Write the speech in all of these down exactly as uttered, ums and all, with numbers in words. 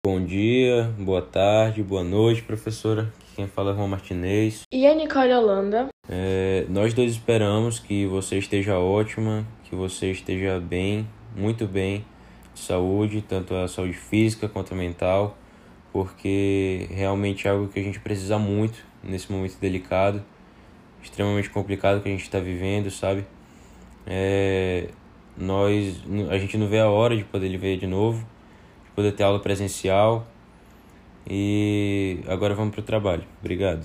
Bom dia, boa tarde, boa noite, professora. Aqui quem fala é Juan Martinez. E a Nicole Holanda. É, nós dois esperamos que você esteja ótima, que você esteja bem, muito bem, de saúde, tanto a saúde física quanto a mental, porque realmente é algo que a gente precisa muito nesse momento delicado, extremamente complicado que a gente está vivendo, sabe? É, nós, a gente não vê a hora de poder lhe ver de novo, de poder ter aula presencial. E agora vamos para o trabalho. Obrigado.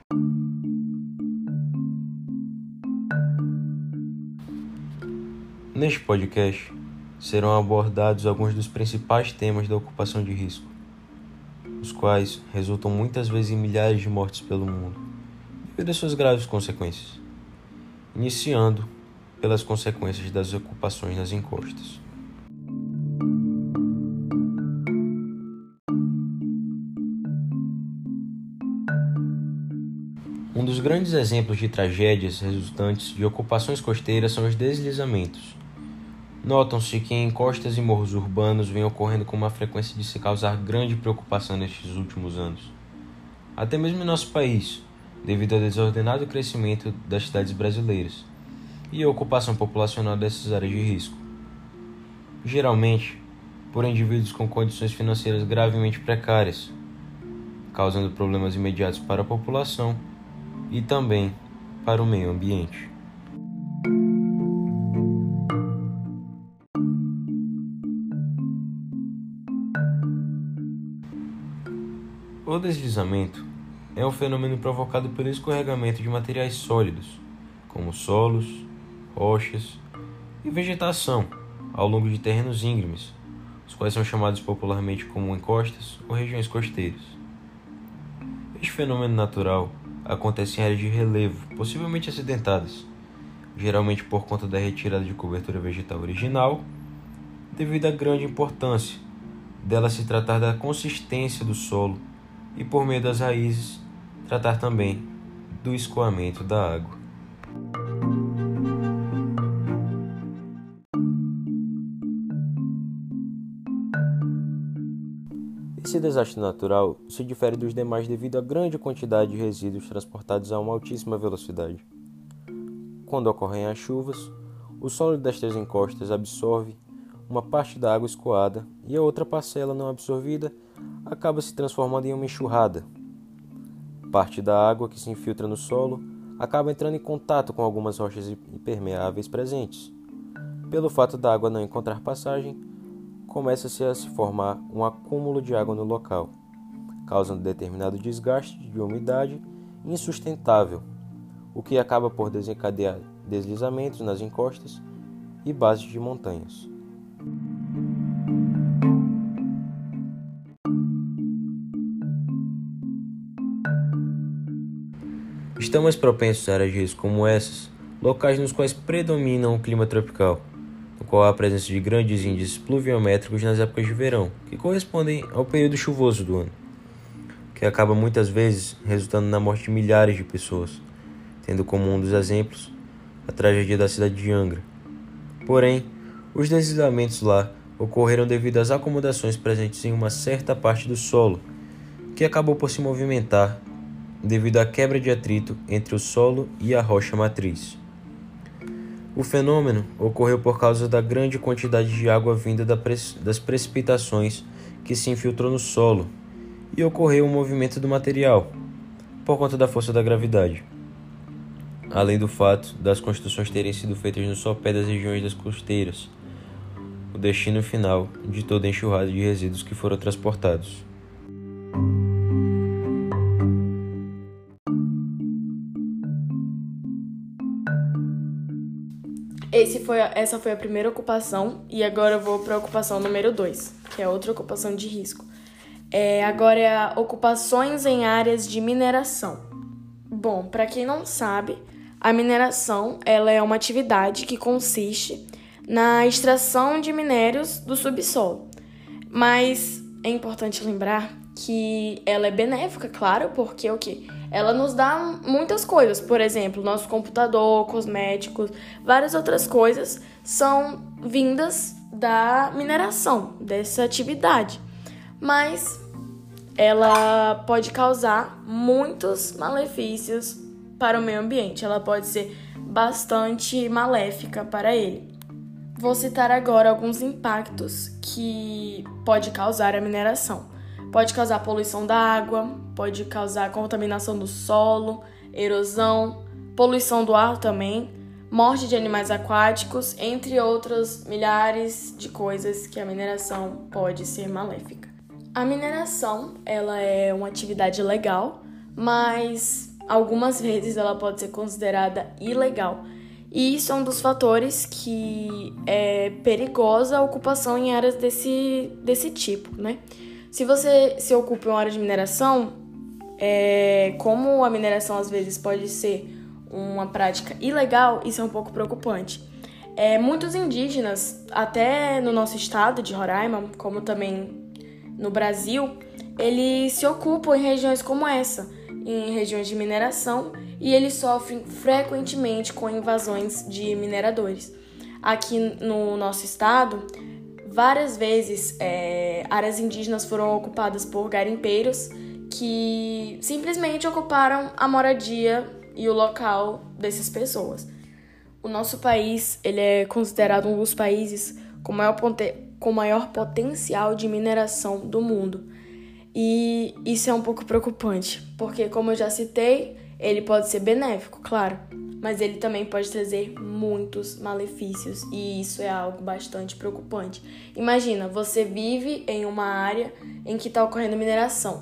Neste podcast serão abordados alguns dos principais temas da ocupação de risco, os quais resultam muitas vezes em milhares de mortes pelo mundo, devido às suas graves consequências, iniciando pelas consequências das ocupações nas encostas. Um dos grandes exemplos de tragédias resultantes de ocupações costeiras são os deslizamentos. Notam-se que em encostas e morros urbanos vem ocorrendo com uma frequência de se causar grande preocupação nestes últimos anos. Até mesmo em nosso país, devido ao desordenado crescimento das cidades brasileiras e a ocupação populacional dessas áreas de risco. Geralmente, por indivíduos com condições financeiras gravemente precárias, causando problemas imediatos para a população e também para o meio ambiente. O deslizamento é um fenômeno provocado pelo escorregamento de materiais sólidos, como solos, rochas e vegetação, ao longo de terrenos íngremes, os quais são chamados popularmente como encostas ou regiões costeiras. Este fenômeno natural acontece em áreas de relevo, possivelmente acidentadas, geralmente por conta da retirada de cobertura vegetal original, devido à grande importância dela se tratar da consistência do solo e, por meio das raízes, tratar também do escoamento da água. Esse desastre natural se difere dos demais devido à grande quantidade de resíduos transportados a uma altíssima velocidade. Quando ocorrem as chuvas, o solo destas encostas absorve uma parte da água escoada e a outra parcela não absorvida acaba se transformando em uma enxurrada. Parte da água que se infiltra no solo acaba entrando em contato com algumas rochas impermeáveis presentes. Pelo fato da água não encontrar passagem, começa-se a se formar um acúmulo de água no local, causando determinado desgaste de umidade insustentável, o que acaba por desencadear deslizamentos nas encostas e bases de montanhas. Estão mais propensos a áreas de risco como essas, locais nos quais predominam o clima tropical, no qual há a presença de grandes índices pluviométricos nas épocas de verão, que correspondem ao período chuvoso do ano, que acaba muitas vezes resultando na morte de milhares de pessoas, tendo como um dos exemplos a tragédia da cidade de Angra. Porém, os deslizamentos lá ocorreram devido às acomodações presentes em uma certa parte do solo, que acabou por se movimentar devido à quebra de atrito entre o solo e a rocha matriz. O fenômeno ocorreu por causa da grande quantidade de água vinda das precipitações que se infiltrou no solo e ocorreu um movimento do material, por conta da força da gravidade, além do fato das construções terem sido feitas no sopé das regiões das costeiras, o destino final de toda a enxurrada de resíduos que foram transportados. Esse foi a, essa foi a primeira ocupação e agora eu vou para a ocupação número dois, que é outra ocupação de risco. É, agora é a ocupações em áreas de mineração. Bom, para quem não sabe, a mineração ela é uma atividade que consiste na extração de minérios do subsolo. Mas é importante lembrar que ela é benéfica, claro, porque o quê? Ela nos dá muitas coisas, por exemplo, nosso computador, cosméticos, várias outras coisas são vindas da mineração, dessa atividade. mas ela pode causar muitos malefícios para o meio ambiente. Ela pode ser bastante maléfica para ele. Vou citar agora alguns impactos que pode causar a mineração. Pode causar poluição da água, pode causar contaminação do solo, erosão, poluição do ar também, morte de animais aquáticos, entre outras milhares de coisas que a mineração pode ser maléfica. A mineração, ela é uma atividade legal, mas algumas vezes ela pode ser considerada ilegal. E isso é um dos fatores que é perigosa a ocupação em áreas desse, desse tipo, né? Se você se ocupa em uma área de mineração, é, como a mineração às vezes pode ser uma prática ilegal, isso é um pouco preocupante. É, muitos indígenas, até no nosso estado de Roraima, como também no Brasil, eles se ocupam em regiões como essa, em regiões de mineração, e eles sofrem frequentemente com invasões de mineradores. Aqui no nosso estado, várias vezes é, áreas indígenas foram ocupadas por garimpeiros que simplesmente ocuparam a moradia e o local dessas pessoas. O nosso país, ele é considerado um dos países com maior, com maior potencial de mineração do mundo. E isso é um pouco preocupante, porque, como eu já citei, ele pode ser benéfico, claro, mas ele também pode trazer muitos malefícios, e isso é algo bastante preocupante. Imagina, você vive em uma área em que está ocorrendo mineração.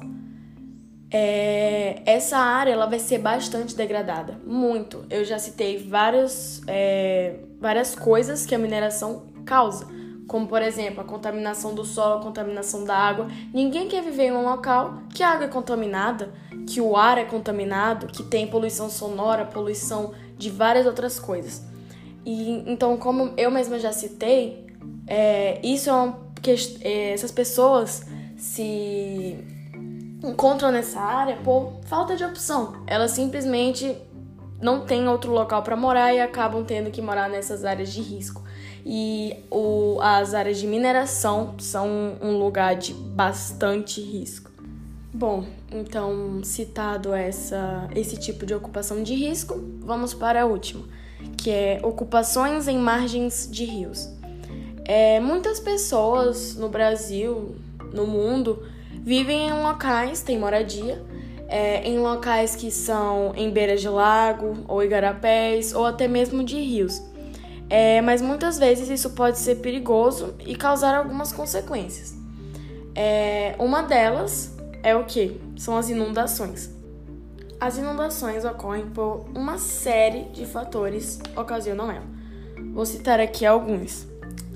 É, essa área ela vai ser bastante degradada, muito. Eu já citei várias, é, várias coisas que a mineração causa, como, por exemplo, a contaminação do solo, a contaminação da água. Ninguém quer viver em um local que a água é contaminada, que o ar é contaminado, que tem poluição sonora, poluição de várias outras coisas. E, então, como eu mesma já citei, é, isso é uma, que, é, essas pessoas se encontram nessa área por falta de opção. Elas simplesmente não têm outro local para morar e acabam tendo que morar nessas áreas de risco. E o, as áreas de mineração são um lugar de bastante risco. Bom, então, citado essa, esse tipo de ocupação de risco, vamos para a última, que é ocupações em margens de rios. É, muitas pessoas no Brasil, no mundo, vivem em locais, têm moradia, é, em locais que são em beiras de lago, ou igarapés, ou até mesmo de rios. É, mas muitas vezes isso pode ser perigoso e causar algumas consequências. É, uma delas é o quê? São as inundações. As inundações ocorrem por uma série de fatores ocasionam ela. Vou citar aqui alguns.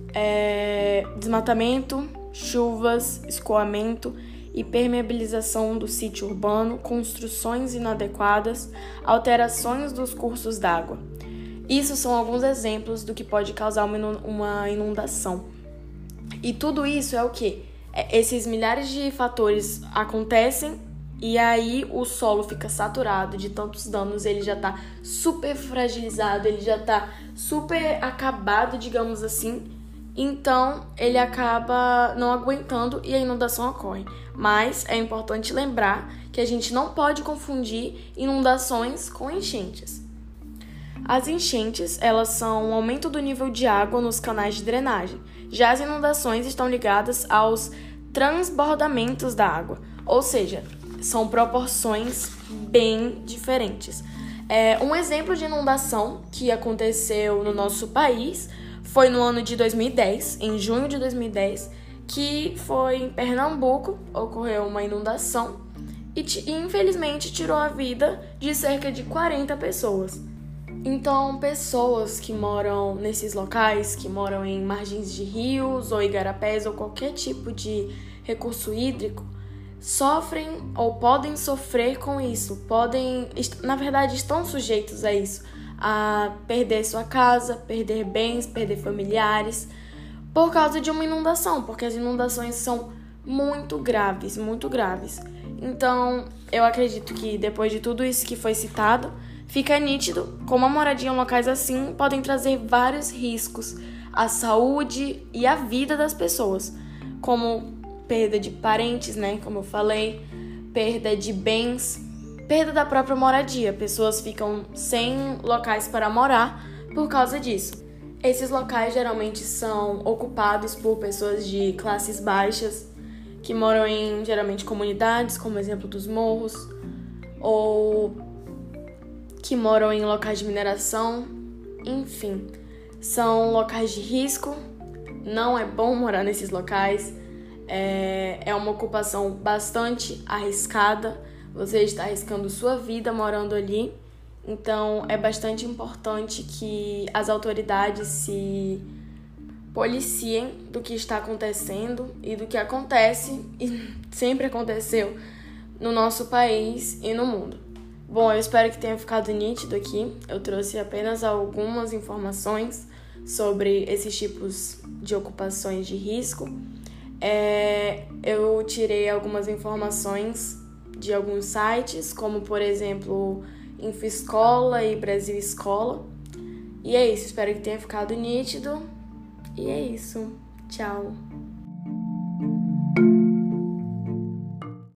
É, desmatamento, chuvas, escoamento, impermeabilização do sítio urbano, construções inadequadas, alterações dos cursos d'água. Isso são alguns exemplos do que pode causar uma inundação. E tudo isso é o quê? Esses milhares de fatores acontecem e aí o solo fica saturado de tantos danos, ele já está super fragilizado, ele já está super acabado, digamos assim. Então, ele acaba não aguentando e a inundação ocorre. Mas é importante lembrar que a gente não pode confundir inundações com enchentes. As enchentes, elas são um aumento do nível de água nos canais de drenagem. Já as inundações estão ligadas aos transbordamentos da água, ou seja, são proporções bem diferentes. É, um exemplo de inundação que aconteceu no nosso país foi no ano de dois mil e dez, em junho de dois mil e dez, que foi em Pernambuco, ocorreu uma inundação e, e infelizmente tirou a vida de cerca de quarenta pessoas. Então, pessoas que moram nesses locais, que moram em margens de rios ou igarapés ou qualquer tipo de recurso hídrico, sofrem ou podem sofrer com isso, podem, na verdade, estão sujeitos a isso, a perder sua casa, perder bens, perder familiares, por causa de uma inundação, porque as inundações são muito graves, muito graves. Então, eu acredito que depois de tudo isso que foi citado, fica nítido como a moradia em locais assim podem trazer vários riscos à saúde e à vida das pessoas, como perda de parentes, né, como eu falei, perda de bens, perda da própria moradia. Pessoas ficam sem locais para morar por causa disso. Esses locais geralmente são ocupados por pessoas de classes baixas, que moram em, geralmente, comunidades, como exemplo dos morros, ou que moram em locais de mineração. Enfim, são locais de risco, não é bom morar nesses locais, é, é uma ocupação bastante arriscada, você está arriscando sua vida morando ali, então é bastante importante que as autoridades se policiem do que está acontecendo e do que acontece e sempre aconteceu no nosso país e no mundo. Bom, eu espero que tenha ficado nítido aqui. Eu trouxe apenas algumas informações sobre esses tipos de ocupações de risco. É, eu tirei algumas informações de alguns sites, como, por exemplo, InfoEscola e Brasil Escola. E é isso, espero que tenha ficado nítido. E é isso. Tchau.